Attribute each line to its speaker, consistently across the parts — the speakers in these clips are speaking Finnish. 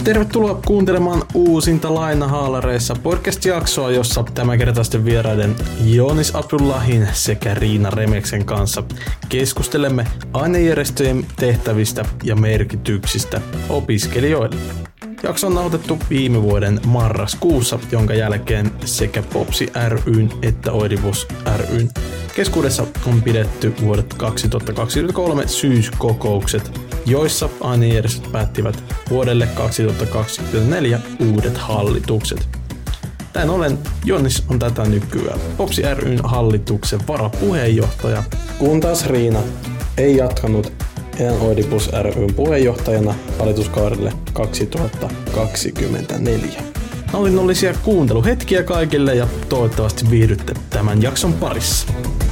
Speaker 1: Tervetuloa kuuntelemaan uusinta Lainahaalareissa podcast-jaksoa, jossa tämänkertaisten vieraiden Joonis Abdullahin sekä Riina Remeksen kanssa keskustelemme ainejärjestöjen tehtävistä ja merkityksistä opiskelijoille. Jakso on nauhoitettu viime vuoden marraskuussa, jonka jälkeen sekä Popsi ry:n että Oidipus ry:n keskuudessa on pidetty vuodet 2023 syyskokoukset, joissa ainejärjestöt päättivät vuodelle 2024 uudet hallitukset. Näin ollen Joonis on tätä nykyään Popsi ry:n hallituksen varapuheenjohtaja, kun taas Riina ei jatkanut Oidipus ry:n puheenjohtajana hallituskaudelle 2024. Nautinnollisia kuunteluhetkiä kaikille ja toivottavasti viihdytte tämän jakson parissa.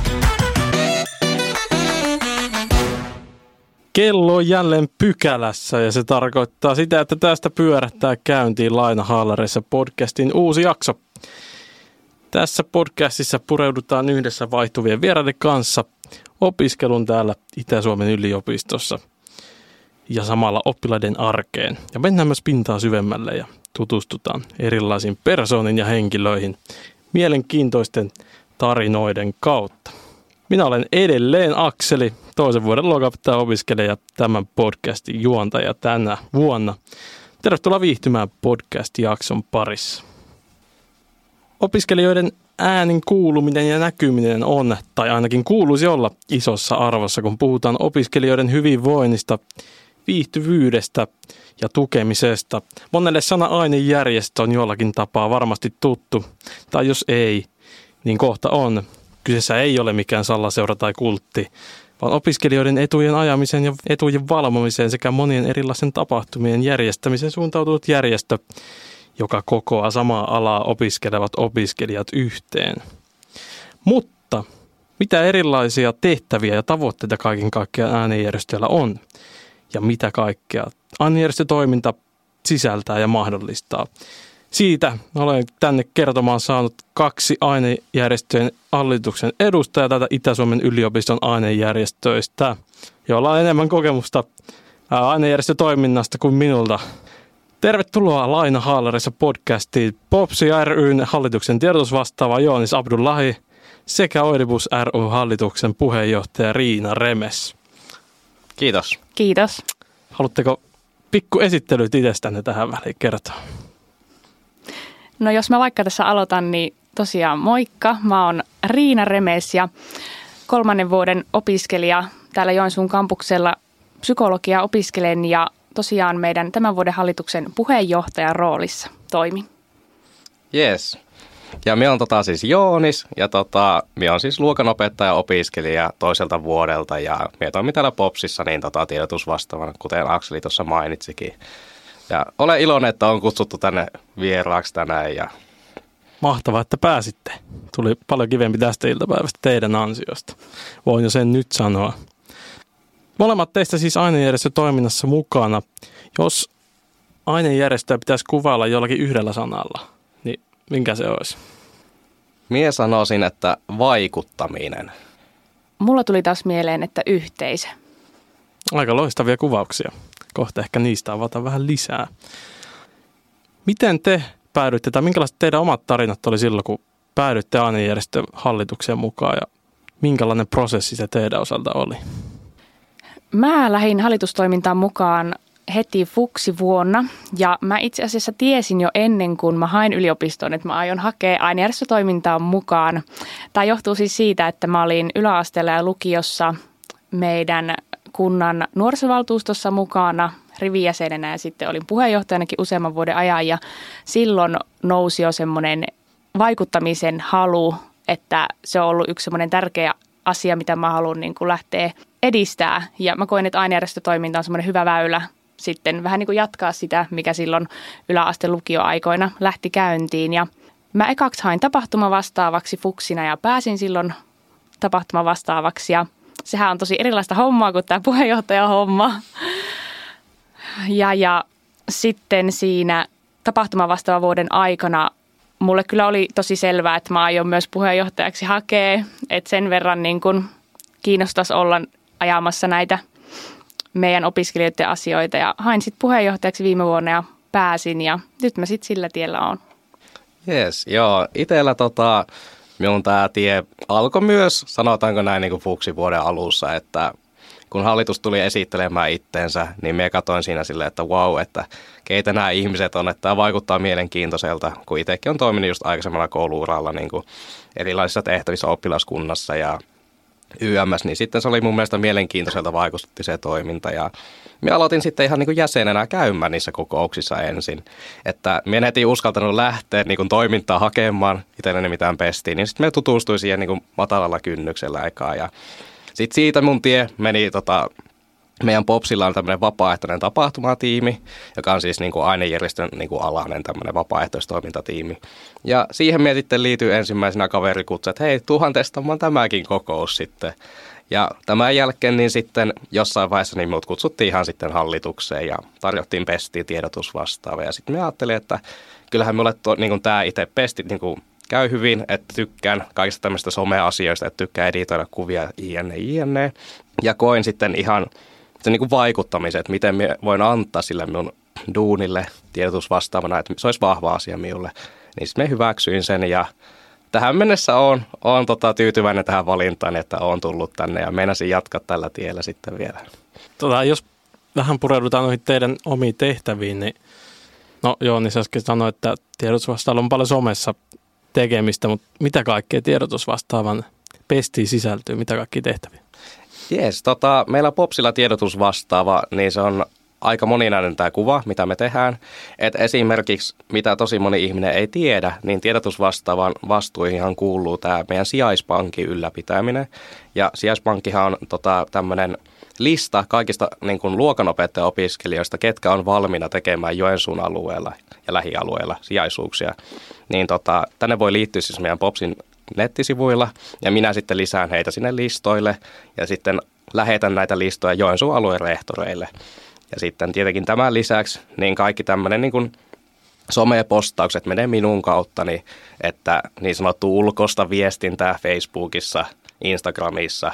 Speaker 1: Kello on jälleen pykälässä ja se tarkoittaa sitä, että tästä pyörähtää käyntiin Lainahaalareissa podcastin uusi jakso. Tässä podcastissa pureudutaan yhdessä vaihtuvien vieraiden kanssa opiskelun täällä Itä-Suomen yliopistossa ja samalla oppilaiden arkeen. Ja mennään myös pintaa syvemmälle ja tutustutaan erilaisiin persooniin ja henkilöihin mielenkiintoisten tarinoiden kautta. Minä olen edelleen Akseli, toisen vuoden luokanopettaja opiskelija, tämän podcastin juontaja tänä vuonna. Tervetuloa viihtymään podcast-jakson parissa. Opiskelijoiden äänen kuuluminen ja näkyminen on, tai ainakin kuuluisi olla, isossa arvossa, kun puhutaan opiskelijoiden hyvinvoinnista, viihtyvyydestä ja tukemisesta. Monelle sana ainejärjestö on jollakin tapaa varmasti tuttu, tai jos ei, niin kohta on. Kyseessä ei ole mikään sallaseura tai kultti, vaan opiskelijoiden etujen ajamisen ja etujen valvomiseen sekä monien erilaisten tapahtumien järjestämiseen suuntautunut järjestö, joka kokoaa samaa alaa opiskelevat opiskelijat yhteen. Mutta mitä erilaisia tehtäviä ja tavoitteita kaiken kaikkiaan ainejärjestöillä on? Ja mitä kaikkea ainejärjestötoiminta sisältää ja mahdollistaa? Siitä olen tänne kertomaan saanut kaksi ainejärjestöjen hallituksen edustajaa tätä Itä-Suomen yliopiston ainejärjestöistä, joilla on enemmän kokemusta ainejärjestötoiminnasta kuin minulta. Tervetuloa Lainahaalareissa podcastiin Popsi ry:n hallituksen tiedotusvastaava Joonis Abdullahi sekä Oidipus ry:n hallituksen puheenjohtaja Riina Remes.
Speaker 2: Kiitos.
Speaker 3: Kiitos.
Speaker 1: Haluatteko pikku esittelyt itsestänne tähän väliin kertoa?
Speaker 3: No jos mä vaikka tässä aloitan, niin tosiaan moikka. Mä oon Riina Remes ja 3. vuoden opiskelija täällä Joensuun kampuksella. Psykologiaa opiskelen ja tosiaan meidän tämän vuoden hallituksen puheenjohtajan roolissa toimin.
Speaker 2: Yes. Ja minä on siis Joonis ja minä on siis luokanopettaja opiskelija toiselta vuodelta ja minä toimin täällä Popsissa niin tiedotusvastaavana, kuten Akseli tuossa mainitsikin. Ja olen iloinen, että on kutsuttu tänne vieraaksi tänään. Ja
Speaker 1: mahtavaa, että pääsitte. Tuli paljon kivempi tästä iltapäivästä teidän ansiosta. Voin jo sen nyt sanoa. Molemmat teistä siis ainejärjestötoiminnassa mukana. Jos ainejärjestöä pitäisi kuvailla jollakin yhdellä sanalla, niin minkä se olisi?
Speaker 2: Mie sanoisin, että vaikuttaminen.
Speaker 3: Mulla tuli taas mieleen, että yhteisö.
Speaker 1: Aika loistavia kuvauksia. Kohta ehkä niistä avataan vähän lisää. Miten te päädyitte, tai minkälaiset teidän omat tarinat oli silloin, kun päädyitte ainejärjestön hallitukseen mukaan, ja minkälainen prosessi se teidän osalta oli?
Speaker 3: Mä lähdin hallitustoimintaan mukaan heti fuksivuonna, ja mä itse asiassa tiesin jo ennen kuin mä hain yliopistoon, että mä aion hakea ainejärjestötoimintaan mukaan. Tämä johtuu siis siitä, että mä olin yläasteella ja lukiossa meidän kunnan nuorisovaltuustossa mukana rivijäsenenä ja sitten olin puheenjohtajanakin useamman vuoden ajan ja silloin nousi jo semmoinen vaikuttamisen halu, että se on ollut yksi semmoinen tärkeä asia, mitä mä haluan niin kuin lähteä edistää ja mä koen, että ainejärjestötoiminta on semmoinen hyvä väylä sitten vähän niin kuin jatkaa sitä, mikä silloin yläaste lukioaikoina lähti käyntiin ja mä ekaksi hain tapahtumavastaavaksi fuksina ja pääsin silloin tapahtumavastaavaksi ja sehän on tosi erilaista hommaa kuin tämä puheenjohtajahomma. Ja sitten siinä tapahtumavastaavan vuoden aikana mulle kyllä oli tosi selvää, että mä aion myös puheenjohtajaksi hakea. Että sen verran niin kun kiinnostaisi olla ajamassa näitä meidän opiskelijoiden asioita. Ja hain sitten puheenjohtajaksi viime vuonna ja pääsin ja nyt mä sitten sillä tiellä oon.
Speaker 2: Jes, joo. Itellä minun tämä tie alkoi myös, sanotaanko näin niin kuin fuksivuoden alussa, että kun hallitus tuli esittelemään itteensä, niin minä katsoin siinä silleen, että wow, että keitä nämä ihmiset on, että tämä vaikuttaa mielenkiintoiselta, kun itsekin on toiminut just aikaisemmalla kouluuralla niin kuin erilaisissa tehtävissä oppilaskunnassa ja YMS, niin sitten se oli mun mielestä mielenkiintoiselta vaikutti se toiminta ja minä aloitin sitten ihan niin kuin jäsenenä käymään niissä kokouksissa ensin, että minä en heti uskaltanut lähteä niin kuin toimintaa hakemaan itselleni mitään pestiin, niin sitten minä tutustuin siihen niin kuin matalalla kynnyksellä ekaan ja sitten siitä mun tie meni, meidän Popsilla on tämmöinen vapaaehtoinen tapahtumatiimi, joka on siis niin kuin ainejärjestön niin kuin alainen tämmöinen vapaaehtoistoimintatiimi. Ja siihen me sitten liityin ensimmäisenä kaverikutsu, että hei, tuhan testaamaan tämäkin kokous sitten. Ja tämän jälkeen niin sitten jossain vaiheessa niin minut kutsuttiin ihan sitten hallitukseen ja tarjottiin pestiin tiedotusvastaava. Ja sitten me ajattelin, että kyllähän minulle niin tämä itse pestit niin kuin käy hyvin, että tykkään kaikista tämmöistä someasioista, että tykkään editoida kuvia jne. Ja koin sitten ihan se niin kuin vaikuttamisen, että miten minä voin antaa sille minun duunille tiedotusvastaavana, että se olisi vahva asia minulle. Niin sitten minä hyväksyin sen ja tähän mennessä olen tyytyväinen tähän valintaan, että olen tullut tänne ja meinasin jatkaa tällä tiellä sitten vielä.
Speaker 1: Jos vähän pureudutaan noihin teidän omiin tehtäviin, niin no joo, niin äsken sanoi, että tiedotusvastaavalla on paljon somessa tekemistä, mutta mitä kaikkea tiedotusvastaavan pestiin sisältyy, mitä kaikkia tehtäviä?
Speaker 2: Jes, meillä Popsilla tiedotusvastaava, niin se on aika moninainen tämä kuva, mitä me tehdään. Et esimerkiksi, mitä tosi moni ihminen ei tiedä, niin tiedotusvastaavan vastuihinhan kuuluu tämä meidän sijaispankin ylläpitäminen. Ja sijaispankkihan on tämmöinen lista kaikista niin kuin luokanopettaja-opiskelijoista, ketkä on valmiina tekemään Joensuun alueella ja lähialueella sijaisuuksia. Niin tänne voi liittyä siis meidän Popsin nettisivuilla ja minä sitten lisään heitä sinne listoille ja sitten lähetän näitä listoja Joensuun alueen rehtoreille. Ja sitten tietenkin tämän lisäksi niin kaikki tämmöinen niin kuin somepostaukset menee minun kauttani, että niin sanottu ulkoista viestintää Facebookissa, Instagramissa,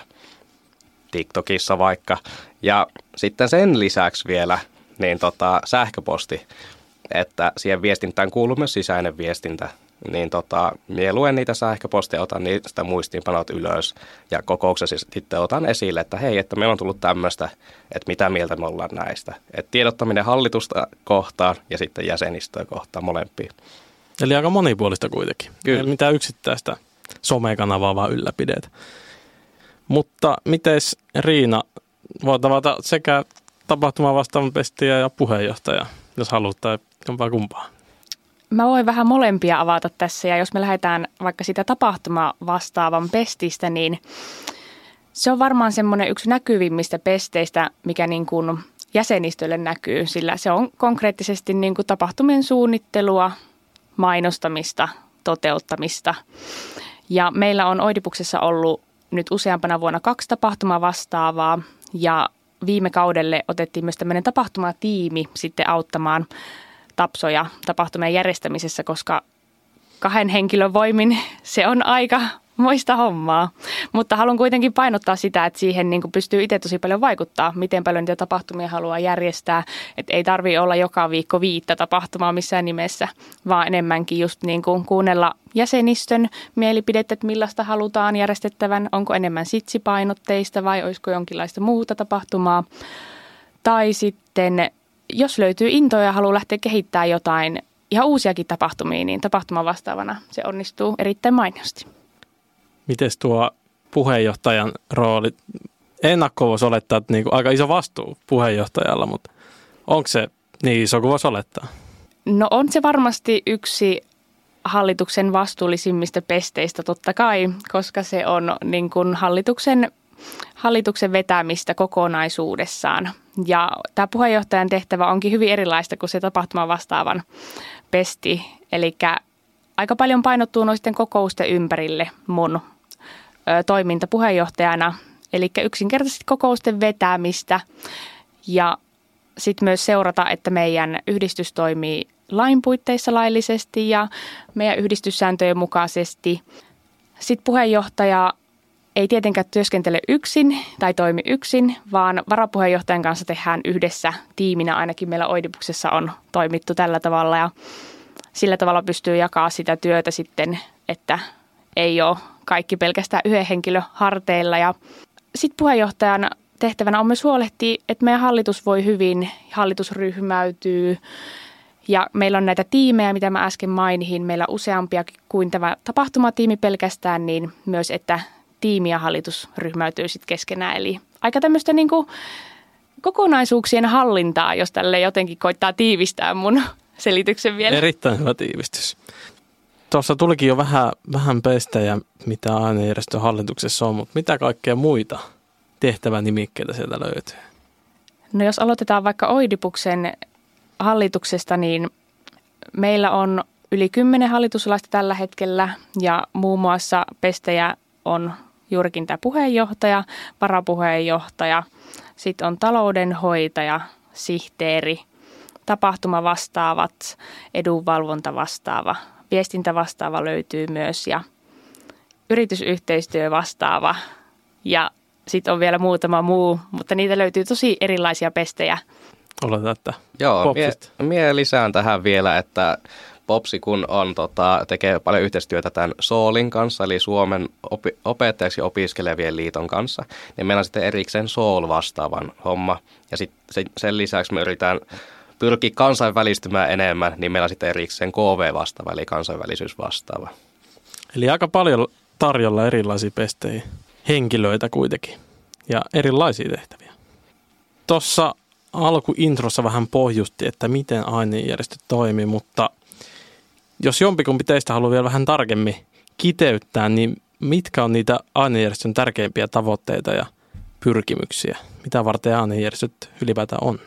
Speaker 2: TikTokissa vaikka. Ja sitten sen lisäksi vielä niin sähköposti, että siihen viestintään kuuluu myös sisäinen viestintä. Niin minä luen niitä sähköposteja, otan niistä muistiinpanot ylös ja kokouksessa sitten otan esille, että hei, että meillä on tullut tämmöistä, että mitä mieltä me ollaan näistä. Että tiedottaminen hallitusta kohtaan ja sitten jäsenistöä kohtaan molempiin.
Speaker 1: Eli aika monipuolista kuitenkin.
Speaker 2: Kyllä.
Speaker 1: Ei mitään yksittäistä somekanavaa vaan ylläpidet. Mutta mites Riina, voit avata sekä tapahtuman vastaavan pestiä ja puheenjohtaja, jos haluat tai kumpaa?
Speaker 3: Mä voin vähän molempia avata tässä ja jos me lähdetään vaikka sitä tapahtuma vastaavan pestistä, niin se on varmaan semmoinen yksi näkyvimmistä pesteistä, mikä niin kuin jäsenistölle näkyy, sillä se on konkreettisesti niin kuin tapahtumien suunnittelua, mainostamista, toteuttamista. Ja meillä on Oidipuksessa ollut nyt useampana vuonna 2 tapahtumaa vastaavaa ja viime kaudelle otettiin myös tämmöinen tapahtumatiimi sitten auttamaan Tapsoja tapahtumien järjestämisessä, koska 2 henkilön voimin se on aika moista hommaa. Mutta haluan kuitenkin painottaa sitä, että siihen niin kuin pystyy itse tosi paljon vaikuttaa, miten paljon niitä tapahtumia haluaa järjestää. Että ei tarvitse olla joka viikko 5 tapahtumaa missään nimessä, vaan enemmänkin just niin kuin kuunnella jäsenistön mielipidettä, että millaista halutaan järjestettävän. Onko enemmän sitsipainotteista vai olisiko jonkinlaista muuta tapahtumaa. Tai sitten jos löytyy intoa ja haluaa lähteä kehittämään jotain ihan uusiakin tapahtumia, niin tapahtuman vastaavana se onnistuu erittäin mainiosti.
Speaker 1: Mites tuo puheenjohtajan rooli? Ennakko voisi olettaa, että niin kuin aika iso vastuu puheenjohtajalla, mutta onko se niin iso kuin voisi olettaa? No on se varmasti yksi hallituksen vastuullisimmista pesteistä totta kai, koska se on niin kuin hallituksen vetämistä kokonaisuudessaan. Ja tämä puheenjohtajan tehtävä onkin hyvin erilaista kuin se tapahtuman vastaavan pesti. Eli aika paljon painottuu noisten kokousten ympärille mun toiminta puheenjohtajana. Eli yksinkertaisesti kokousten vetämistä ja sitten myös seurata, että meidän yhdistys toimii lain puitteissa laillisesti ja meidän yhdistyssääntöjen mukaisesti. Sitten puheenjohtaja
Speaker 3: ei tietenkään työskentele yksin tai toimi yksin, vaan varapuheenjohtajan kanssa tehdään yhdessä tiiminä. Ainakin meillä Oidipuksessa on toimittu tällä tavalla ja sillä tavalla pystyy jakaa sitä työtä sitten, että ei ole kaikki pelkästään yhden henkilön harteilla. Ja sitten puheenjohtajan tehtävänä on myös huolehtia, että meidän hallitus voi hyvin, hallitus ryhmäytyy ja meillä on näitä tiimejä, mitä mä äsken mainihin. Meillä on useampiakin kuin tämä tapahtumatiimi pelkästään, niin myös, että tiimi ja hallitus ryhmäytyy sitten keskenään. Eli aika tämmöistä niin kuin kokonaisuuksien hallintaa, jos tälle jotenkin koittaa tiivistää mun selityksen vielä.
Speaker 1: Erittäin hyvä tiivistys. Tuossa tulikin jo vähän pestejä, mitä ainejärjestön hallituksessa on, mutta mitä kaikkea muita tehtävänimikkeitä sieltä löytyy?
Speaker 3: No jos aloitetaan vaikka Oidipuksen hallituksesta, niin meillä on yli 10 hallituslaista tällä hetkellä ja muun muassa pestejä on juurikin tämä puheenjohtaja, varapuheenjohtaja, sitten on taloudenhoitaja, sihteeri, tapahtumavastaavat, edunvalvontavastaava, viestintävastaava löytyy myös ja yritysyhteistyö vastaava ja sitten on vielä muutama muu, mutta niitä löytyy tosi erilaisia pestejä.
Speaker 1: Oletan, että
Speaker 2: Joo, mie lisään tähän vielä, että Popsi kun tekee paljon yhteistyötä tämän SOOLin kanssa, eli Suomen opettajaksi opiskelevien liiton kanssa, niin meillä on sitten erikseen SOOL-vastaavan homma. Ja sitten sen lisäksi me yritetään pyrkiä kansainvälistymään enemmän, niin meillä on sitten erikseen KV-vastaava, eli kansainvälisyysvastaava.
Speaker 1: Eli aika paljon tarjolla erilaisia pestejä, henkilöitä kuitenkin ja erilaisia tehtäviä. Tuossa alkuintrossa vähän pohjusti, että miten ainejärjestö toimii, mutta jos jompikumpi teistä haluaa vielä vähän tarkemmin kiteyttää, niin mitkä on niitä ainejärjestön tärkeimpiä tavoitteita ja pyrkimyksiä? Mitä varten ainejärjestöt ylipäätään on?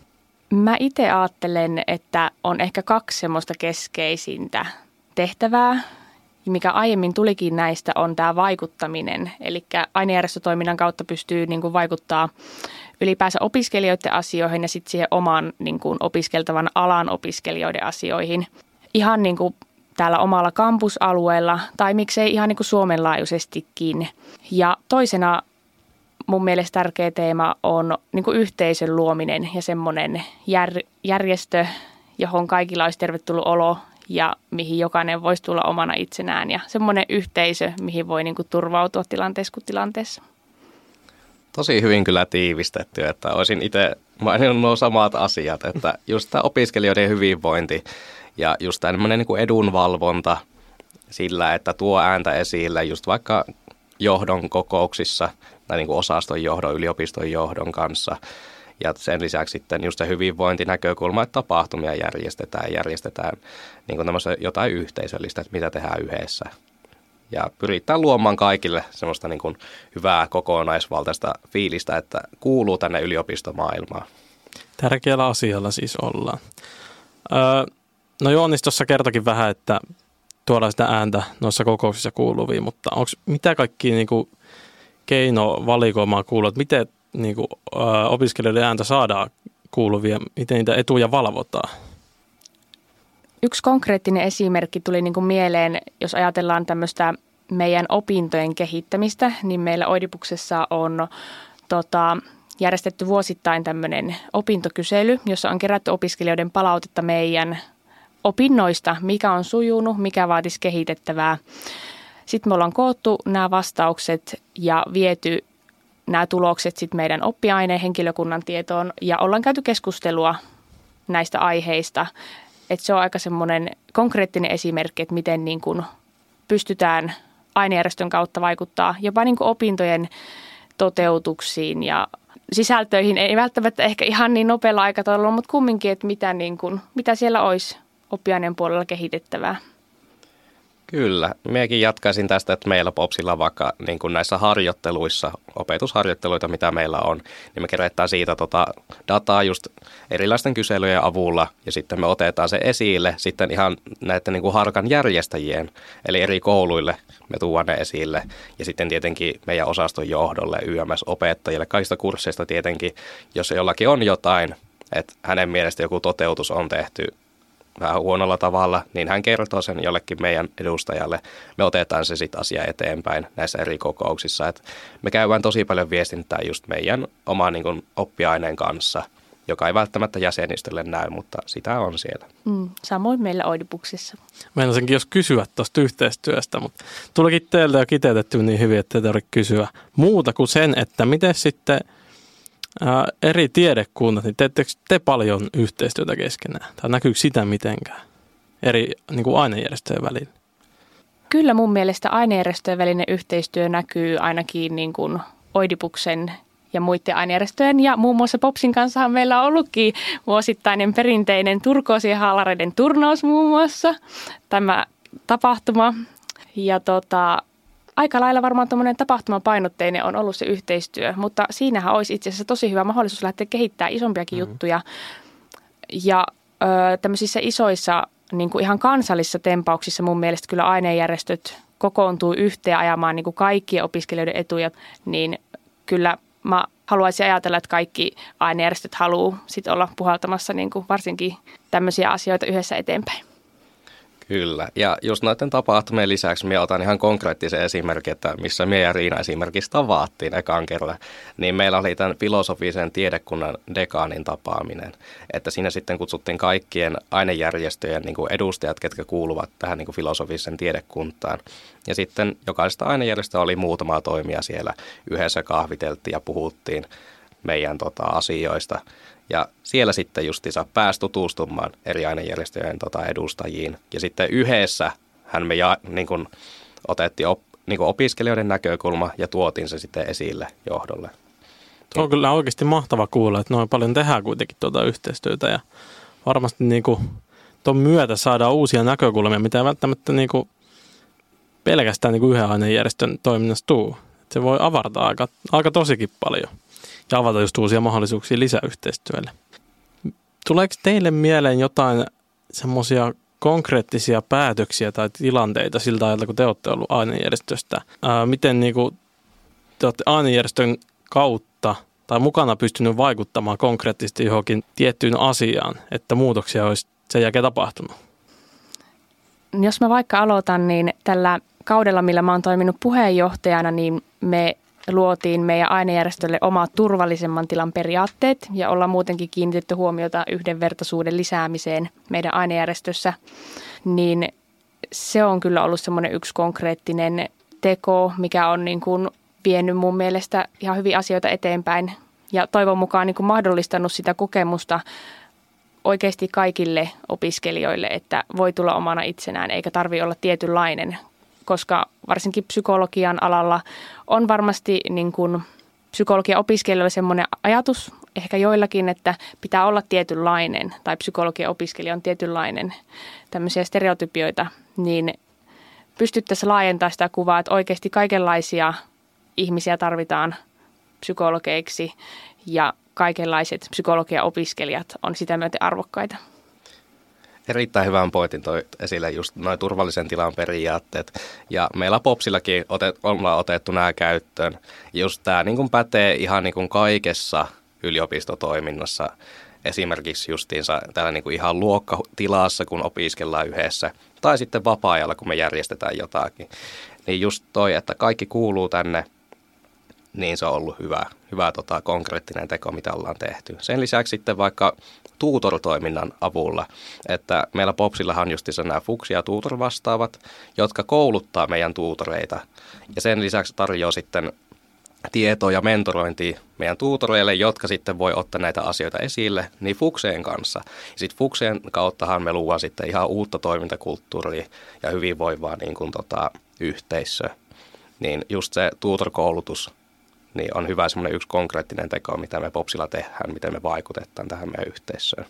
Speaker 3: Mä itse ajattelen, että on ehkä 2 semmoista keskeisintä tehtävää, mikä aiemmin tulikin näistä, on tämä vaikuttaminen. Eli ainejärjestötoiminnan kautta pystyy niin kuin vaikuttaa ylipäänsä opiskelijoiden asioihin ja sitten siihen oman niin kuin opiskeltavan alan opiskelijoiden asioihin. Ihan niin kuin täällä omalla kampusalueella tai miksei ihan niin kuin Suomen laajuisestikin. Ja toisena mun mielestä tärkeä teema on niin kuin yhteisön luominen ja semmoinen järjestö, johon kaikilla olisi tervetullut olo ja mihin jokainen voisi tulla omana itsenään. Ja semmoinen yhteisö, mihin voi niin kuin turvautua tilanteessa kuin tilanteessa.
Speaker 2: Tosi hyvin kyllä tiivistetty, että olisin itse maininnut nuo samat asiat, että just tämä opiskelijoiden hyvinvointi ja just tämmöinen niin kuin edunvalvonta sillä, että tuo ääntä esille just vaikka johdon kokouksissa tai niin kuin osaston johdon, yliopiston johdon kanssa. Ja sen lisäksi sitten just se hyvinvointinäkökulma, että tapahtumia järjestetään niin kuin tämmöistä jotain yhteisöllistä, että mitä tehdään yhdessä. Ja pyritään luomaan kaikille semmoista niin kuin hyvää kokonaisvaltaista fiilistä, että kuuluu tänne yliopistomaailmaan.
Speaker 1: Tärkeällä asialla siis ollaan. No Joonis tuossa kertokin vähän, että tuodaan sitä ääntä noissa kokouksissa kuuluviin, mutta onko mitä kaikkia niin kuin keinovalikoimaa kuuluu, että miten niin kuin, opiskelijoiden ääntä saadaan kuuluvia, miten niitä etuja valvotaan?
Speaker 3: Yksi konkreettinen esimerkki tuli niin kuin mieleen, jos ajatellaan tämmöistä meidän opintojen kehittämistä, niin meillä Oidipuksessa on järjestetty vuosittain tämmöinen opintokysely, jossa on kerätty opiskelijoiden palautetta meidän opinnoista, mikä on sujunut, mikä vaatisi kehitettävää. Sitten me ollaan koottu nämä vastaukset ja viety nämä tulokset sitten meidän oppiaineen henkilökunnan tietoon ja ollaan käyty keskustelua näistä aiheista. Että se on aika semmoinen konkreettinen esimerkki, että miten niin kuin pystytään ainejärjestön kautta vaikuttaa jopa niin kuin opintojen toteutuksiin ja sisältöihin. Ei välttämättä ehkä ihan niin nopealla aikataululla, mutta kumminkin, että mitä siellä olisi oppiaineen puolella kehitettävää.
Speaker 2: Kyllä. Minäkin jatkaisin tästä, että meillä Popsilla vaikka niin kuin näissä harjoitteluissa, opetusharjoitteluita, mitä meillä on, niin me kerätään siitä dataa just erilaisten kyselyjen avulla ja sitten me otetaan se esille sitten ihan näiden niin kuin harkan järjestäjien, eli eri kouluille me tuodaan ne esille ja sitten tietenkin meidän osaston johdolle, YMS-opettajille, kaikista kursseista tietenkin, jos jollakin on jotain, että hänen mielestä joku toteutus on tehty vähän huonolla tavalla, niin hän kertoo sen jollekin meidän edustajalle. Me otetaan se sitten asia eteenpäin näissä eri kokouksissa. Et me käydään tosi paljon viestintää just meidän oman niin kuin oppiaineen kanssa, joka ei välttämättä jäsenistölle näy, mutta sitä on siellä.
Speaker 3: Samoin meillä Oidipuksessa.
Speaker 1: Meinasinkin jos kysyä tuosta yhteistyöstä, mutta tulikin teiltä jo kiteytetty niin hyvin, että ei tarvitse kysyä muuta kuin sen, että miten sitten eri tiedekunnat, niin teettekö te paljon yhteistyötä keskenään? Tai näkyykö sitä mitenkään eri niin kuin ainejärjestöjen välillä?
Speaker 3: Kyllä mun mielestä ainejärjestöjen välinen yhteistyö näkyy ainakin niin kuin Oidipuksen ja muiden ainejärjestöjen. Ja muun muassa Popsin kanssa meillä on ollutkin vuosittainen perinteinen turkoosien haalareiden turnaus muun muassa. Tämä tapahtuma. Ja aika lailla varmaan tuommoinen tapahtumapainotteinen on ollut se yhteistyö, mutta siinähän olisi itse asiassa tosi hyvä mahdollisuus lähteä kehittämään isompiakin juttuja. Ja tämmöisissä isoissa niin kuin ihan kansallisissa tempauksissa mun mielestä kyllä ainejärjestöt kokoontuu yhteen ajamaan niin kuin kaikkien opiskelijoiden etuja, niin kyllä mä haluaisin ajatella, että kaikki ainejärjestöt haluaa sit olla puhaltamassa niin kuin varsinkin tämmöisiä asioita yhdessä eteenpäin.
Speaker 2: Kyllä. Ja just noiden tapahtumien lisäksi minä otan ihan konkreettisen esimerkin, että missä minä ja Riina esimerkiksi tavattiin ekan kerran. Niin meillä oli tämän filosofisen tiedekunnan dekaanin tapaaminen. Että siinä sitten kutsuttiin kaikkien ainejärjestöjen niin kuin edustajat, ketkä kuuluvat tähän niin kuin filosofisen tiedekuntaan. Ja sitten jokaisesta ainejärjestöä oli muutama toimija siellä. Yhdessä kahviteltiin ja puhuttiin meidän asioista. Ja siellä sitten justiinsa pääsi tutustumaan eri ainejärjestöjen edustajiin. Ja sitten yhdessä me niin kuin otettiin niin kuin opiskelijoiden näkökulma ja tuotiin se sitten esille johdolle.
Speaker 1: Tuo on kyllä oikeasti mahtava kuulla, että noin paljon tehdään kuitenkin yhteistyötä. Ja varmasti niin kuin tuon myötä saadaan uusia näkökulmia, mitä ei välttämättä niin kuin pelkästään niin kuin yhden ainejärjestön toiminnassa tule. Se voi avartaa aika tosikin paljon. Ja avata just uusia mahdollisuuksia lisäyhteistyölle. Tuleeko teille mieleen jotain semmoisia konkreettisia päätöksiä tai tilanteita siltä ajalta, kun te olette ollut ainejärjestöstä? Miten niin kuin te olette ainejärjestön kautta tai mukana pystynyt vaikuttamaan konkreettisesti johonkin tiettyyn asiaan, että muutoksia olisi sen jälkeen tapahtunut?
Speaker 3: Jos mä vaikka aloitan, niin tällä kaudella, millä mä oon toiminut puheenjohtajana, niin me luotiin meidän ainejärjestölle omat turvallisemman tilan periaatteet ja ollaan muutenkin kiinnitetty huomiota yhdenvertaisuuden lisäämiseen meidän ainejärjestössä, niin se on kyllä ollut semmoinen yksi konkreettinen teko, mikä on niin kuin vienyt mun mielestä ihan hyviä asioita eteenpäin ja toivon mukaan niin kuin mahdollistanut sitä kokemusta oikeasti kaikille opiskelijoille, että voi tulla omana itsenään eikä tarvitse olla tietynlainen, koska varsinkin psykologian alalla on varmasti niin kuin psykologian opiskelijoilla semmoinen ajatus, ehkä joillakin, että pitää olla tietynlainen tai psykologian opiskelija on tietynlainen, tämmöisiä stereotypioita, niin pystyttäisiin laajentamaan sitä kuvaa, että oikeasti kaikenlaisia ihmisiä tarvitaan psykologeiksi ja kaikenlaiset psykologian opiskelijat on sitä myöten arvokkaita.
Speaker 2: Erittäin hyvän pointin toi esille just noin turvallisen tilan periaatteet. Ja meillä Popsillakin ollaan otettu nämä käyttöön. Just tämä niin kuin pätee ihan niin kuin kaikessa yliopistotoiminnassa. Esimerkiksi justiinsa täällä niin kuin ihan luokkatilassa, kun opiskellaan yhdessä. Tai sitten vapaa-ajalla, kun me järjestetään jotakin. Niin just toi, että kaikki kuuluu tänne, niin se on ollut hyvä konkreettinen teko, mitä ollaan tehty. Sen lisäksi sitten vaikka tutor-toiminnan avulla, että meillä Popsillahan on justiinsa nämä Fuksi ja Tutor vastaavat, jotka kouluttaa meidän tutoreita. Ja sen lisäksi tarjoaa sitten tietoa ja mentorointia meidän tutoreille, jotka sitten voi ottaa näitä asioita esille, niin Fukseen kanssa. Ja sitten Fukseen kauttahan me luodaan sitten ihan uutta toimintakulttuuria ja hyvinvoivaa niin kuin yhteisöä. Niin just se tutor-koulutus niin on hyvä semmoinen yksi konkreettinen teko, mitä me Popsilla tehdään, miten me vaikutetaan tähän meidän yhteisöön.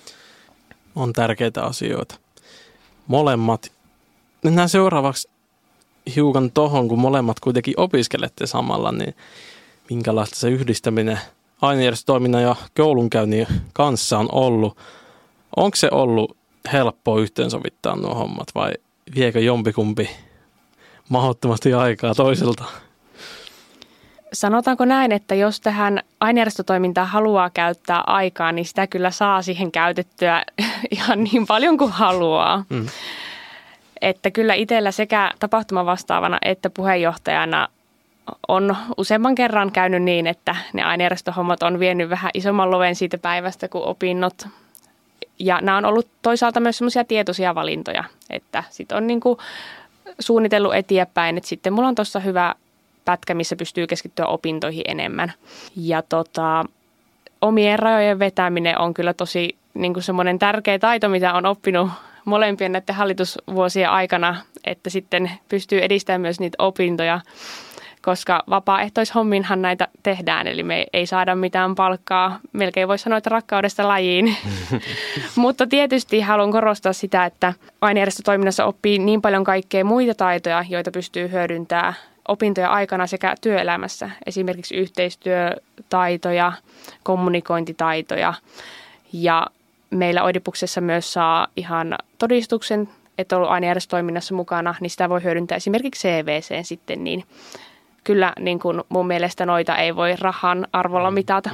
Speaker 1: On tärkeitä asioita. Molemmat. Mennään seuraavaksi hiukan tohon, kun molemmat kuitenkin opiskelette samalla, niin minkälaista se yhdistäminen ainejärjestötoiminnan ja koulunkäynnin kanssa on ollut. Onko se ollut helppoa yhteensovittaa nuo hommat vai viekö jompikumpi mahdottomasti aikaa toiselta?
Speaker 3: Sanotaanko näin, että jos tähän ainejärjestötoimintaan haluaa käyttää aikaa, niin sitä kyllä saa siihen käytettyä ihan niin paljon kuin haluaa. Että kyllä itsellä sekä tapahtumavastaavana että puheenjohtajana on useamman kerran käynyt niin, että ne ainejärjestöhommat on vienyt vähän isomman loven siitä päivästä kuin opinnot. Ja nämä on ollut toisaalta myös semmoisia tietoisia valintoja, että sitten on niin kuin suunnitellut eteenpäin, että sitten mulla on tuossa hyvä pätkä, missä pystyy keskittyä opintoihin enemmän. Ja omien rajojen vetäminen on kyllä tosi niin kuin semmoinen tärkeä taito, mitä on oppinut molempien näiden hallitusvuosien aikana, että sitten pystyy edistämään myös niitä opintoja, koska vapaaehtoishomminhan näitä tehdään, eli me ei saada mitään palkkaa. Melkein voi sanoa, että rakkaudesta lajiin. Mutta tietysti haluan korostaa sitä, että ainejärjestötoiminnassa oppii niin paljon kaikkea muita taitoja, joita pystyy hyödyntämään opintojen aikana sekä työelämässä. Esimerkiksi yhteistyötaitoja, kommunikointitaitoja ja meillä Oidipuksessa myös saa ihan todistuksen, että on ollut ainejärjestötoiminnassa mukana, niin sitä voi hyödyntää esimerkiksi CVC:n sitten, niin kyllä niin kuin mun mielestä noita ei voi rahan arvolla mitata.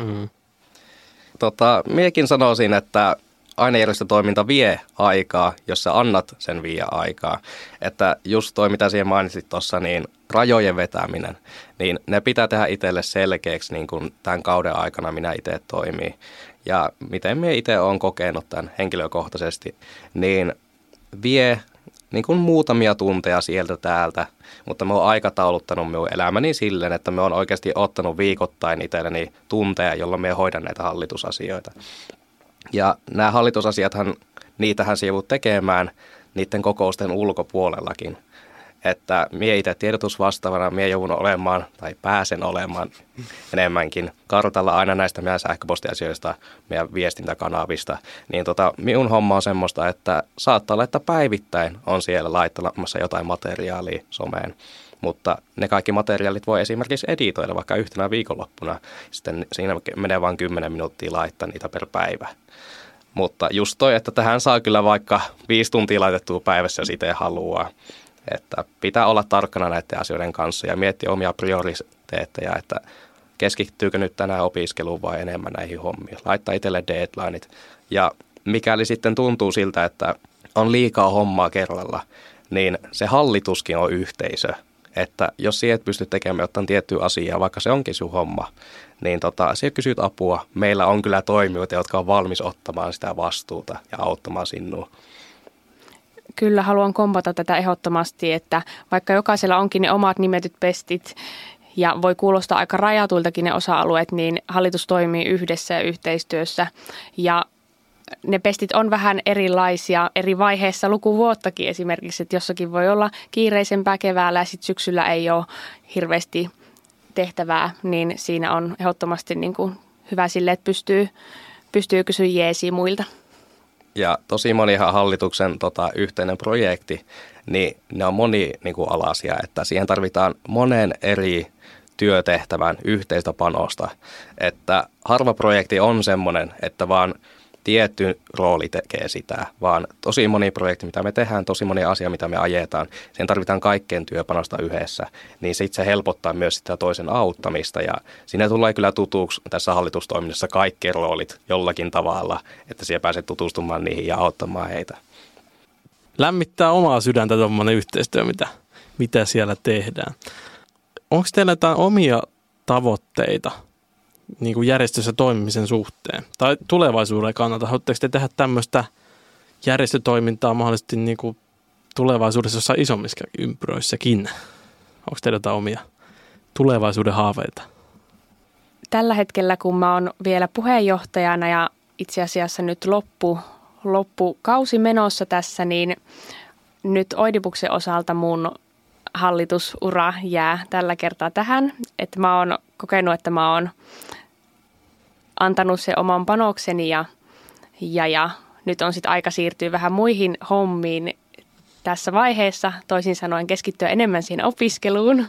Speaker 2: Miekin sanoisin, että ainejärjestötoiminta vie aikaa, jos sä annat sen vie aikaa. Että just toi, mitä siihen mainitsit tuossa, niin rajojen vetäminen, niin ne pitää tehdä itselle selkeäksi niin kuin tämän kauden aikana minä itse toimii. Ja miten minä itse olen kokenut tämän henkilökohtaisesti, niin vie niin kuin muutamia tunteja sieltä täältä, mutta mä oon aikatauluttanut minun elämäni silleen, että mä oon oikeasti ottanut viikoittain itselleni tunteja, jolloin mä hoidan näitä hallitusasioita. Ja nämä hallitusasiathan, niitähän se joudut tekemään niiden kokousten ulkopuolellakin. Että mie itse tiedotusvastaavana mie joudun olemaan tai pääsen olemaan enemmänkin kartalla aina näistä meidän sähköpostiasioista, meidän viestintäkanavista. Niin minun homma on semmoista, että saattaa olla, että päivittäin on siellä laittamassa jotain materiaalia someen. Mutta ne kaikki materiaalit voi esimerkiksi editoida vaikka yhtenä viikonloppuna. Sitten siinä menee vain 10 minuuttia laittaa niitä per päivä. Mutta just toi, että tähän saa kyllä vaikka 5 tuntia laitettua päivässä, jos itse haluaa. Että pitää olla tarkkana näiden asioiden kanssa ja miettiä omia prioriteetteja, että keskittyykö nyt tänään opiskeluun vai enemmän näihin hommiin. Laittaa itselle deadlineit. Ja mikäli sitten tuntuu siltä, että on liikaa hommaa kerralla, niin se hallituskin on yhteisö. Että jos sinä et pysty tekemään jotain tiettyä asiaa, vaikka se onkin sun homma, niin sinä kysyt apua. Meillä on kyllä toimijoita, jotka on valmis ottamaan sitä vastuuta ja auttamaan sinua.
Speaker 3: Kyllä haluan kompata tätä ehdottomasti, että vaikka jokaisella onkin ne omat nimetyt pestit ja voi kuulostaa aika rajatuiltakin ne osa-alueet, niin hallitus toimii yhdessä ja yhteistyössä ja ne pestit on vähän erilaisia eri vaiheessa lukuvuottakin esimerkiksi, että jossakin voi olla kiireisempää keväällä ja sitten syksyllä ei ole hirveästi tehtävää, niin siinä on ehdottomasti niin kuin hyvä sille, että pystyy kysyä jeesiä muilta.
Speaker 2: Ja tosi monihan hallituksen yhteinen projekti, niin ne on monialaisia, että siihen tarvitaan monen eri työtehtävän yhteistä panosta. Että harva projekti on semmoinen, että vaan tietty rooli tekee sitä, vaan tosi moni projekti, mitä me tehdään, tosi moni asia, mitä me ajetaan, sen tarvitaan kaikkeen työpanosta yhdessä, niin sitten se helpottaa myös sitä toisen auttamista ja siinä tulee kyllä tutuksi tässä hallitustoiminnassa kaikki roolit jollakin tavalla, että siellä pääset tutustumaan niihin ja auttamaan heitä.
Speaker 1: Lämmittää omaa sydäntä tuommoinen yhteistyö, mitä siellä tehdään. Onko teillä jotain omia tavoitteita niin kuin järjestössä toimimisen suhteen tai tulevaisuuden kannalta? Haluatteko te tehdä tämmöistä järjestötoimintaa mahdollisesti niin kuin tulevaisuudessa jossain isommissa ympyröissäkin? Onko teillä jotain omia tulevaisuuden haaveita?
Speaker 3: Tällä hetkellä, kun mä oon vielä puheenjohtajana ja itse asiassa nyt loppukausi menossa tässä, niin nyt Oidipuksen osalta mun hallitusura jää tällä kertaa tähän, että mä oon kokenut, että mä oon antanut sen oman panokseni ja nyt on sitten aika siirtyä vähän muihin hommiin tässä vaiheessa, toisin sanoen keskittyä enemmän siihen opiskeluun.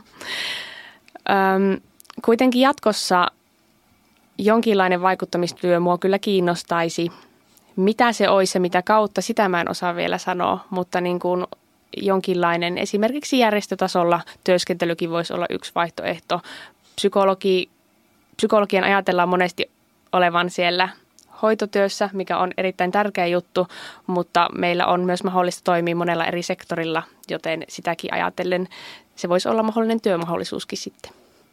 Speaker 3: Kuitenkin jatkossa jonkinlainen vaikuttamistyö mua kyllä kiinnostaisi. Mitä se olisi ja mitä kautta, sitä mä en osaa vielä sanoa, mutta niin kuin jonkinlainen esimerkiksi järjestötasolla työskentelykin voisi olla yksi vaihtoehto. Psykologian ajatellaan monesti olevan siellä hoitotyössä, mikä on erittäin tärkeä juttu, mutta meillä on myös mahdollista toimia monella eri sektorilla, joten sitäkin ajatellen se voisi olla mahdollinen työmahdollisuuskin sitten.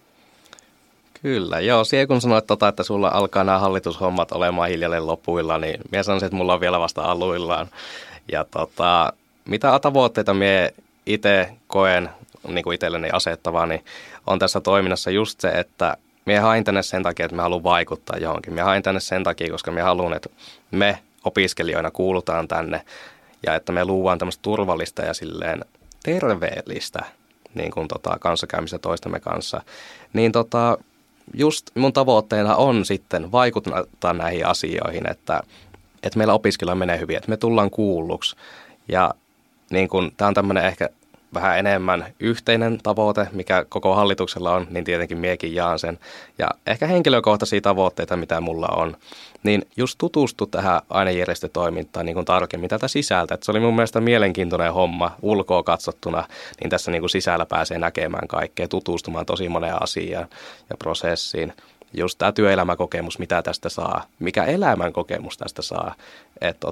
Speaker 2: Kyllä, joo. Siihen kun sanoit, että sulla alkaa nämä hallitushommat olemaan hiljalleen lopuilla, niin minä sanoisin, että mulla on vielä vasta aluillaan. Ja mitä tavoitteita minä itse koen niin kuin itselleni asettavaa, niin on tässä toiminnassa just se, että minä hain tänne sen takia, että minä haluan vaikuttaa johonkin. Minä hain tänne sen takia, koska minä haluan, että me opiskelijoina kuulutaan tänne ja että me luodaan tämmöistä turvallista ja silleen terveellistä niin kuin kanssakäymistä toistemme kanssa. Niin just mun tavoitteena on sitten vaikuttaa näihin asioihin, että meillä opiskelijoilla menee hyvin, että me tullaan kuulluksi. Ja niin kun tämä on tämmöinen ehkä vähän enemmän yhteinen tavoite, mikä koko hallituksella on, niin tietenkin miekin jaan sen. Ja ehkä henkilökohtaisia tavoitteita, mitä mulla on, niin just tutustu tähän ainejärjestötoimintaan niin kuin tarkemmin tätä sisältä. Että se oli mun mielestä mielenkiintoinen homma ulkoa katsottuna, niin tässä niin kuin sisällä pääsee näkemään kaikkea, tutustumaan tosi moneen asiaan ja prosessiin. Just tämä työelämäkokemus, mitä tästä saa, mikä elämän kokemus tästä saa. Että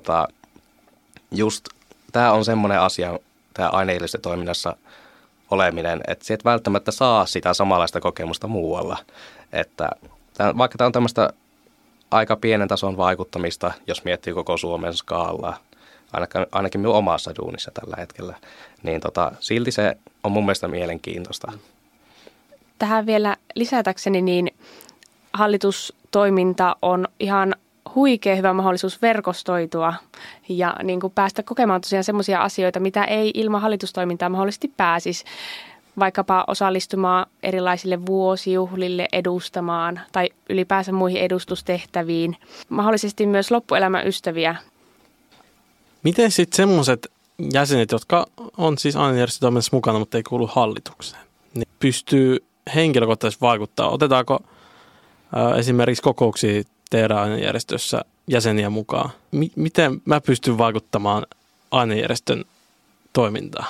Speaker 2: just tämä on semmoinen asia, tämä ainejärjestötoiminnassa oleminen, että sä et välttämättä saa sitä samanlaista kokemusta muualla. Että vaikka tämä on tämmöistä aika pienen tason vaikuttamista, jos miettii koko Suomen skaalaa, ainakin minun omassa duunissa tällä hetkellä, niin silti se on mun mielestä mielenkiintoista.
Speaker 3: Tähän vielä lisätäkseni, niin hallitustoiminta on ihan huikea hyvä mahdollisuus verkostoitua ja niin kuin päästä kokemaan tosiaan semmoisia asioita, mitä ei ilman hallitustoimintaa mahdollisesti pääsisi. Vaikkapa osallistumaan erilaisille vuosijuhlille edustamaan tai ylipäänsä muihin edustustehtäviin. Mahdollisesti myös loppuelämän ystäviä.
Speaker 1: Miten sitten semmoiset jäsenet, jotka on siis ainejärjestötoiminnassa mukana, mutta ei kuulu hallitukseen, niin pystyy henkilökohtaisesti vaikuttaa? Otetaanko esimerkiksi kokouksia tehdä ainejärjestössä jäseniä mukaan? Miten mä pystyn vaikuttamaan ainejärjestön toimintaan?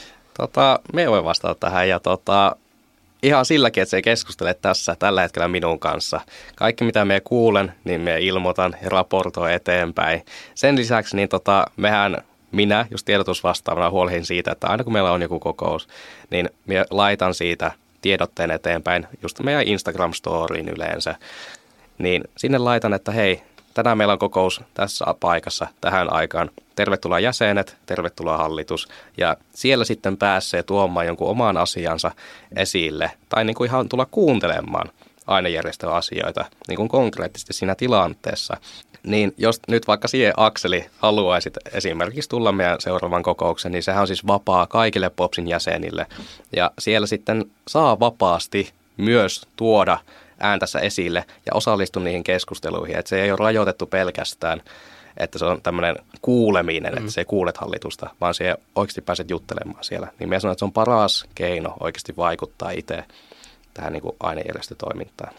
Speaker 2: Me voi vastata tähän ja ihan silläkin, että se keskustelee tässä tällä hetkellä minun kanssa. Kaikki mitä me kuulen, niin me ilmoitan ja raportoin eteenpäin. Sen lisäksi niin minä just tiedotusvastaavana huolhin siitä, että aina kun meillä on joku kokous, niin minä laitan siitä tiedotteen eteenpäin just meidän Instagram-storyin yleensä. Niin sinne laitan, että hei, tänään meillä on kokous tässä paikassa tähän aikaan. Tervetuloa jäsenet, tervetuloa hallitus. Ja siellä sitten pääsee tuomaan jonkun oman asiansa esille tai niin kuin ihan tulla kuuntelemaan ainejärjestön asioita niin kuin konkreettisesti siinä tilanteessa. Niin jos nyt vaikka siihen Akseli haluaisit esimerkiksi tulla meidän seuraavan kokouksen, niin sehän on siis vapaa kaikille Popsin jäsenille. Ja siellä sitten saa vapaasti myös tuoda ääntänsä esille ja osallistua niihin keskusteluihin. Että se ei ole rajoitettu pelkästään, että se on tämmöinen kuuleminen, että se ei kuulet hallitusta, vaan se oikeasti pääset juttelemaan siellä. Niin minä sanon, että se on paras keino oikeasti vaikuttaa itse tähän niin kuin ainejärjestötoimintaan.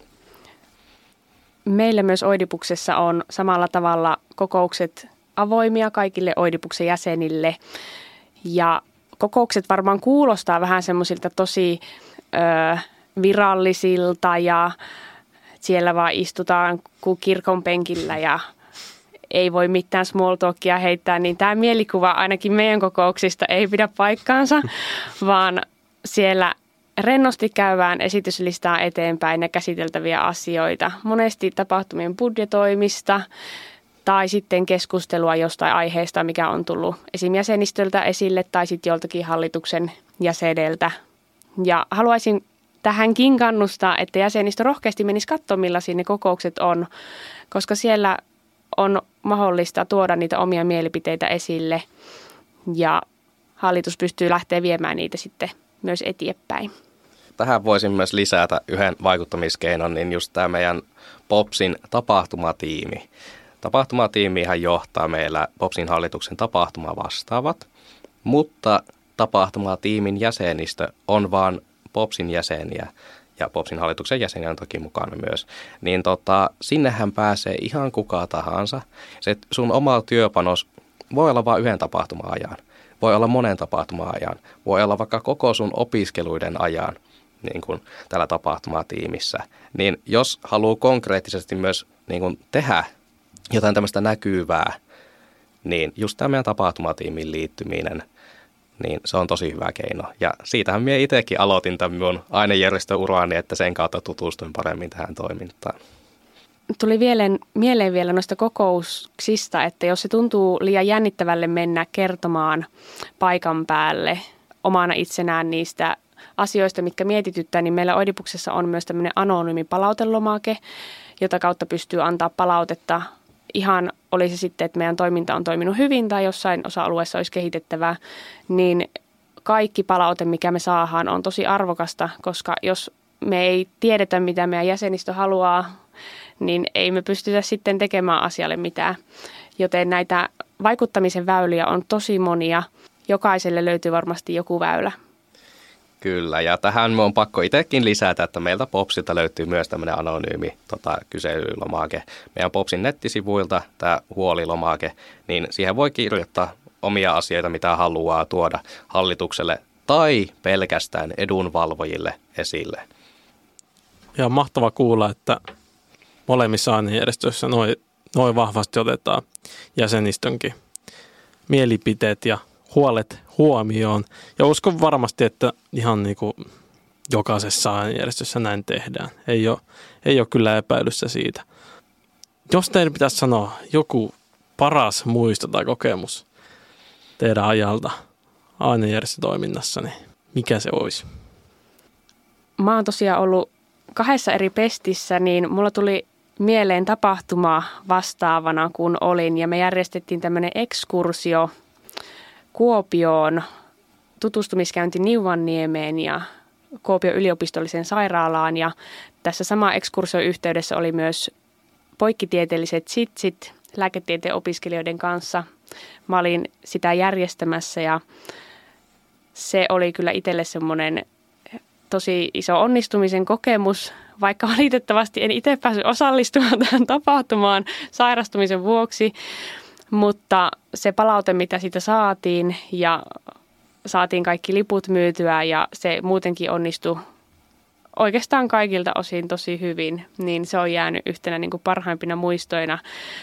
Speaker 3: Meillä myös Oidipuksessa on samalla tavalla kokoukset avoimia kaikille Oidipuksen jäsenille. Ja kokoukset varmaan kuulostaa vähän semmoisilta tosi virallisilta ja siellä vaan istutaan kuin kirkon penkillä ja ei voi mitään small talkia heittää, niin tämä mielikuva ainakin meidän kokouksista ei pidä paikkaansa, vaan siellä rennosti käydään esityslistaa eteenpäin ja käsiteltäviä asioita. Monesti tapahtumien budjetoimista tai sitten keskustelua jostain aiheesta, mikä on tullut esimjäsenistöltä esille tai sitten joltakin hallituksen jäseneltä. Ja haluaisin tähänkin kannustaa, että jäsenistö rohkeasti menisi katsomaan, millaisia ne kokoukset on, koska siellä on mahdollista tuoda niitä omia mielipiteitä esille ja hallitus pystyy lähteä viemään niitä sitten myös eteenpäin.
Speaker 2: Tähän voisin myös lisätä yhden vaikuttamiskeinon, niin just tämä meidän Popsin tapahtumatiimi. Tapahtumatiimihän johtaa meillä Popsin hallituksen tapahtumavastaavat, mutta tapahtumatiimin jäsenistö on vaan Popsin jäseniä ja Popsin hallituksen jäseniä on toki mukana myös. Niin sinnehän pääsee ihan kuka tahansa. Se sun oma työpanos voi olla vain yhden tapahtuman ajan, voi olla monen tapahtuman ajan, voi olla vaikka koko sun opiskeluiden ajan. niin kuin täällä tapahtumatiimissä. Niin jos haluaa konkreettisesti myös niin kuin tehdä jotain tämmöistä näkyvää, niin just tämä meidän tapahtumatiimiin liittyminen, niin se on tosi hyvä keino. Ja siitähän minä itsekin aloitin tämän minun ainejärjestöurani, että sen kautta tutustuin paremmin tähän toimintaan.
Speaker 3: Tuli mieleen vielä noista kokouksista, että jos se tuntuu liian jännittävälle mennä kertomaan paikan päälle omana itsenään niistä asioista, mitkä mietityttää, niin meillä Oidipuksessa on myös tämmöinen anonyymi palautelomake, jota kautta pystyy antaa palautetta. Ihan oli se sitten, että meidän toiminta on toiminut hyvin tai jossain osa-alueessa olisi kehitettävää, niin kaikki palaute, mikä me saadaan, on tosi arvokasta, koska jos me ei tiedetä, mitä meidän jäsenistö haluaa, niin ei me pystytä sitten tekemään asialle mitään. Joten näitä vaikuttamisen väyliä on tosi monia. Jokaiselle löytyy varmasti joku väylä.
Speaker 2: Kyllä, ja tähän me on pakko itsekin lisätä, että meiltä Popsilta löytyy myös tämmöinen anonyymi kyselylomake. Meidän Popsin nettisivuilta tämä huolilomake, niin siihen voi kirjoittaa omia asioita, mitä haluaa tuoda hallitukselle tai pelkästään edunvalvojille esille.
Speaker 1: Ja mahtava kuulla, että molemmissa ainejärjestöissä noin vahvasti otetaan jäsenistönkin mielipiteet ja huolet huomioon. Ja uskon varmasti, että ihan niin kuin jokaisessa ainejärjestössä näin tehdään. Ei ole kyllä epäilystä siitä. Jos teidän pitäisi sanoa joku paras muisto tai kokemus teidän ajalta ainejärjestötoiminnassa, niin mikä se olisi?
Speaker 3: Mä oon tosiaan ollut 2 eri pestissä, niin mulla tuli mieleen tapahtuma vastaavana, kun olin. Ja me järjestettiin tämmöinen ekskursio Kuopioon, tutustumiskäynti Niuvanniemeen ja Kuopion yliopistolliseen sairaalaan. Ja tässä sama ekskursion yhteydessä oli myös poikkitieteelliset sitsit lääketieteen opiskelijoiden kanssa. Mä olin sitä järjestämässä ja se oli kyllä itselle semmoinen tosi iso onnistumisen kokemus, vaikka valitettavasti en itse päässyt osallistumaan tähän tapahtumaan sairastumisen vuoksi, mutta se palaute, mitä siitä saatiin ja saatiin kaikki liput myytyä ja se muutenkin onnistui oikeastaan kaikilta osin tosi hyvin, niin se on jäänyt yhtenä niin kuin parhaimpina muistoina.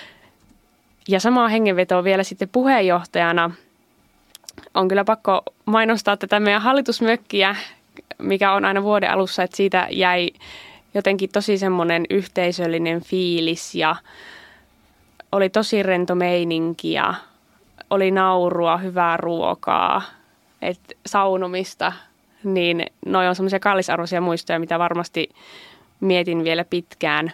Speaker 3: Ja samaa hengenvetoa vielä sitten puheenjohtajana on kyllä pakko mainostaa tätä meidän hallitusmökkiä, mikä on aina vuoden alussa, että siitä jäi jotenkin tosi semmoinen yhteisöllinen fiilis ja oli tosi rento meininki ja oli naurua, hyvää ruokaa, saunomista, niin noi on semmoisia kallisarvoisia muistoja, mitä varmasti mietin vielä pitkään.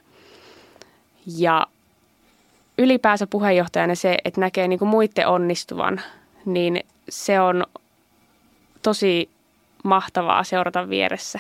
Speaker 3: Ja ylipäänsä puheenjohtajana se, että näkee niinku muiden onnistuvan, niin se on tosi mahtavaa seurata vieressä.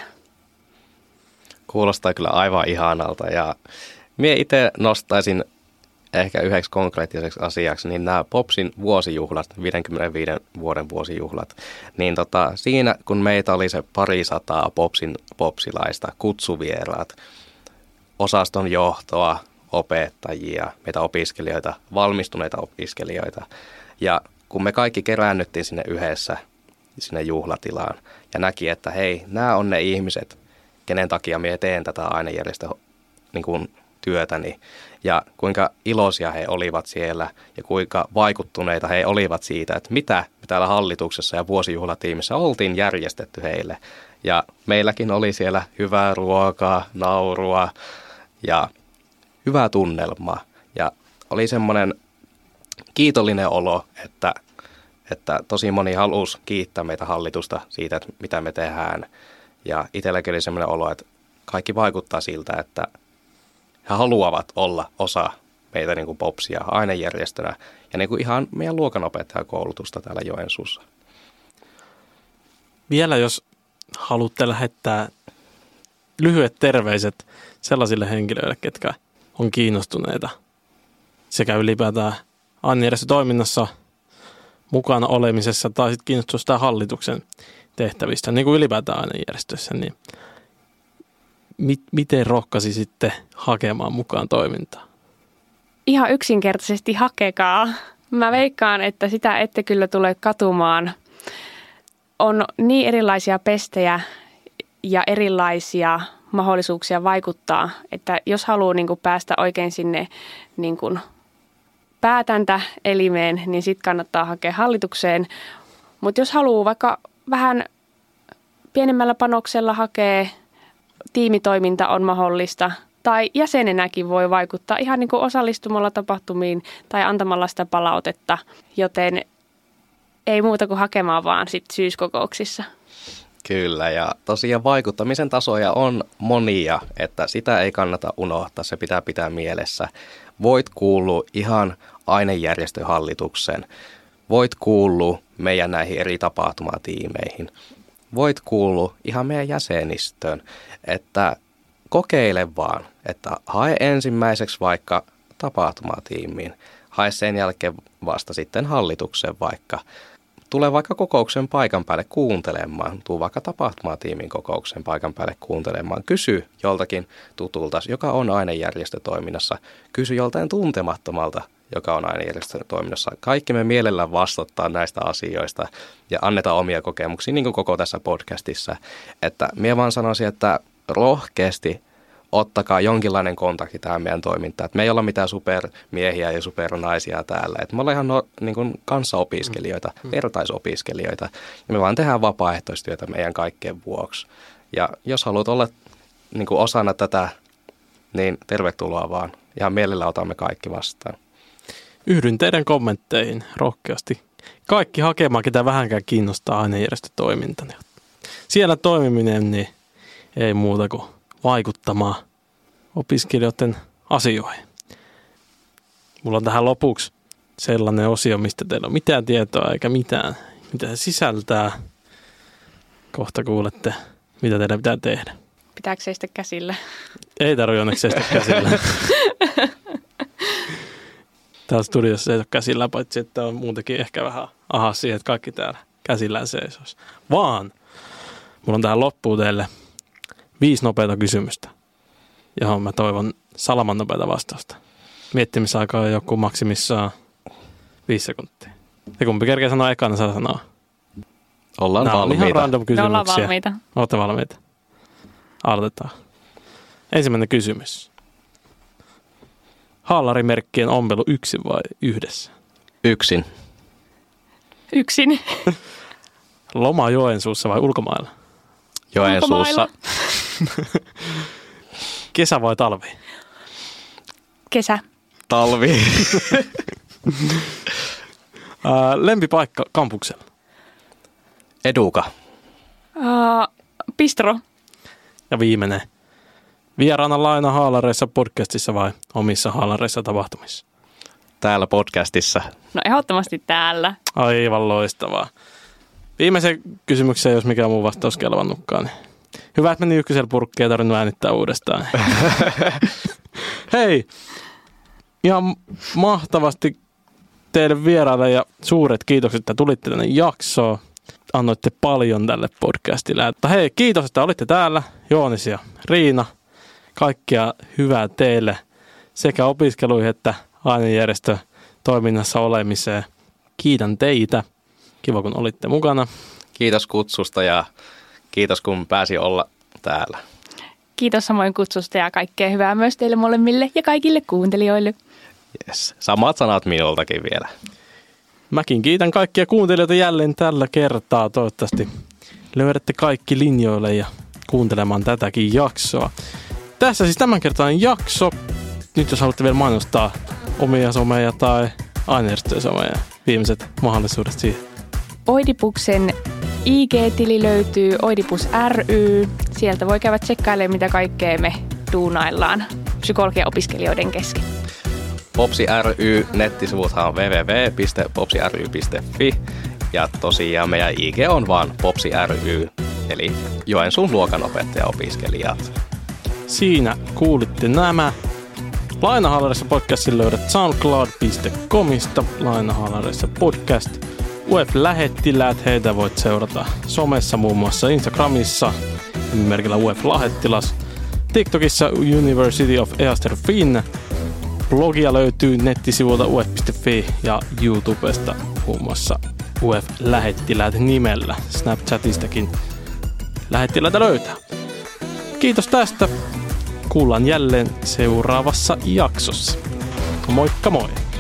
Speaker 2: Kuulostaa kyllä aivan ihanalta ja minä itse nostaisin ehkä yhdeksi konkreettiseksi asiaksi, niin nämä Popsin vuosijuhlat, 55 vuoden vuosijuhlat, niin siinä kun meitä oli se 200 popsilaista, kutsuvieraat, osaston johtoa, opettajia, meitä opiskelijoita, valmistuneita opiskelijoita ja kun me kaikki keräännyttiin sinne yhdessä, sinne juhlatilaan ja näki, että hei, nämä on ne ihmiset, kenen takia minä teen tätä ainejärjestö niin kuin työtäni ja kuinka iloisia he olivat siellä ja kuinka vaikuttuneita he olivat siitä, että mitä täällä hallituksessa ja vuosijuhlatiimissä oltiin järjestetty heille. Ja meilläkin oli siellä hyvää ruokaa, naurua ja hyvää tunnelmaa ja oli semmoinen kiitollinen olo, että tosi moni halusi kiittää meitä hallitusta siitä, että mitä me tehdään. Ja itselläkin oli semmoinen olo, että kaikki vaikuttaa siltä, että he haluavat olla osa meitä niin kuin Popsia ainejärjestönä ja niin kuin ihan meidän luokanopettajakoulutusta täällä Joensuussa.
Speaker 1: Vielä jos haluatte lähettää lyhyet terveiset sellaisille henkilöille, ketkä on kiinnostuneita sekä ylipäätään ainejärjestötoiminnassa mukana olemisessa tai sitten kiinnostustaa hallituksen tehtävistä, niin kuin ylipäätään ainejärjestössä, niin miten rohkaisi sitten hakemaan mukaan toimintaa?
Speaker 3: Ihan yksinkertaisesti hakekaa. Mä veikkaan, että sitä ette kyllä tule katumaan. On niin erilaisia pestejä, ja erilaisia mahdollisuuksia vaikuttaa. Että jos haluaa niin kuin päästä oikein sinne niin kuin päätäntäelimeen, niin sitten kannattaa hakea hallitukseen. Mutta jos haluaa vaikka vähän pienemmällä panoksella hakea, tiimitoiminta on mahdollista. Tai jäsenenäkin voi vaikuttaa ihan niin kuin osallistumalla tapahtumiin tai antamalla sitä palautetta, joten ei muuta kuin hakemaan vaan sit syyskokouksissa.
Speaker 2: Kyllä, ja tosiaan vaikuttamisen tasoja on monia, että sitä ei kannata unohtaa, se pitää pitää mielessä. Voit kuulua ihan ainejärjestön hallitukseen, voit kuulua meidän näihin eri tapahtumatiimeihin, voit kuulua ihan meidän jäsenistöön, että kokeile vaan, että hae ensimmäiseksi vaikka tapahtumatiimiin, hae sen jälkeen vasta sitten hallitukseen vaikka. Tule vaikka kokouksen paikan päälle kuuntelemaan, tuu vaikka tapahtumatiimin kokouksen paikan päälle kuuntelemaan. Kysy joltakin tutulta, joka on ainejärjestötoiminnassa. Kysy joltain tuntemattomalta, joka on ainejärjestötoiminnassa. Kaikki me mielellään vastattaa näistä asioista ja annetaan omia kokemuksia, niin kuin koko tässä podcastissa. Että minä vaan sanoisin, että rohkeasti ottakaa jonkinlainen kontakti tähän meidän toimintaan. Että me ei olla mitään supermiehiä ja supernaisia täällä. Että me ollaan ihan niin kuin kanssaopiskelijoita, vertaisopiskelijoita. Ja me vaan tehdään vapaaehtoistyötä meidän kaikkien vuoksi. Ja jos haluat olla niin kuin osana tätä, niin tervetuloa vaan. Ihan mielellä otamme kaikki vastaan.
Speaker 1: Yhdyn teidän kommentteihin rohkeasti. Kaikki hakemaan, ketä vähänkään kiinnostaa ainejärjestötoiminta. Siellä toimiminen, niin ei muuta kuin vaikuttamaan opiskelijoiden asioihin. Mulla on tähän lopuksi sellainen osio, mistä teillä on mitään tietoa eikä mitään, mitä se sisältää. Kohta kuulette, mitä teidän pitää tehdä.
Speaker 3: Pitääkö seistä käsillä?
Speaker 1: Ei tarvitse onneksi seistä käsillä. Täällä studiossa seiso käsillä, paitsi että on muutenkin ehkä vähän ahas siihen, että kaikki täällä käsillään seisoisi. Vaan mulla on tähän loppuun teille 5 nopeata kysymystä, johon mä toivon salaman nopeata vastausta. Miettimisaika on joku maksimissaan 5 sekuntia. Ja kumpi kerkeä sanoa ekana, saa sanoa.
Speaker 2: Ollaan
Speaker 1: Nämä
Speaker 2: valmiita.
Speaker 1: on ihan random kysymyksiä.
Speaker 3: Me ollaan valmiita.
Speaker 1: Olette valmiita. Aloitetaan. Ensimmäinen kysymys. Haalarimerkkien ompelu yksin vai yhdessä?
Speaker 2: Yksin.
Speaker 3: Yksin.
Speaker 1: Loma Joensuussa vai ulkomailla?
Speaker 2: Joensuussa.
Speaker 1: Kesä vai talvi?
Speaker 3: Kesä.
Speaker 2: Talvi.
Speaker 1: Lempipaikka kampuksella?
Speaker 2: Eduka.
Speaker 3: Bistro.
Speaker 1: Ja viimeinen. Vieraana Laina Haalareissa podcastissa vai omissa haalareissa tapahtumissa?
Speaker 2: Täällä podcastissa.
Speaker 3: No ehdottomasti täällä.
Speaker 1: Aivan loistavaa. Viimeisen kysymykseen, jos mikä muu vastaus kelvannutkaan. Niin hyvä, että meni ykkösellä purkkiin, ei tarvinnut äänittää uudestaan. Hei, ihan mahtavasti teille vieraille ja suuret kiitokset, että tulitte tänne jaksoon. Annoitte paljon tälle podcastille. Mutta hei, kiitos, että olitte täällä, Joonis ja Riina. Kaikkea hyvää teille sekä opiskeluihin että ainejärjestötoiminnassa olemiseen. Kiitän teitä. Kiva, kun olitte mukana.
Speaker 2: Kiitos kutsusta ja kiitos, kun pääsi olla täällä.
Speaker 3: Kiitos samoin kutsusta ja kaikkea hyvää myös teille molemmille ja kaikille kuuntelijoille.
Speaker 2: Yes. Samat sanat minultakin vielä.
Speaker 1: Mäkin kiitän kaikkia kuuntelijoita jälleen tällä kertaa. Toivottavasti löydätte kaikki linjoille ja kuuntelemaan tätäkin jaksoa. Tässä siis tämänkertainen jakso. Nyt jos haluatte vielä mainostaa omia someja tai ainejärjestöjen someja, viimeiset mahdollisuudet siihen.
Speaker 3: Oidipuksen IG-tili löytyy Oidipus ry. Sieltä voi käydä tsekkailemaan, mitä kaikkea me duunaillaan psykologian opiskelijoiden kesken.
Speaker 2: Popsi ry nettisivuthan on www.popsiry.fi ja tosiaan meidän IG on vaan Popsi ry, eli Joensuun luokanopettaja-opiskelijat.
Speaker 1: Siinä kuulitte nämä. Lainahaalareissa podcastin löydät soundcloud.comista. Lainahaalareissa podcast. UF-lähettiläät, heitä voit seurata somessa, muun muassa Instagramissa, merkillä UF-lähettiläs. TikTokissa University of Easter Finn. Blogia löytyy nettisivulta uf.fi ja YouTubesta muun muassa UF-lähettiläät nimellä. Snapchatistakin lähettiläitä löytää. Kiitos tästä. Kuullaan jälleen seuraavassa jaksossa. Moikka moi!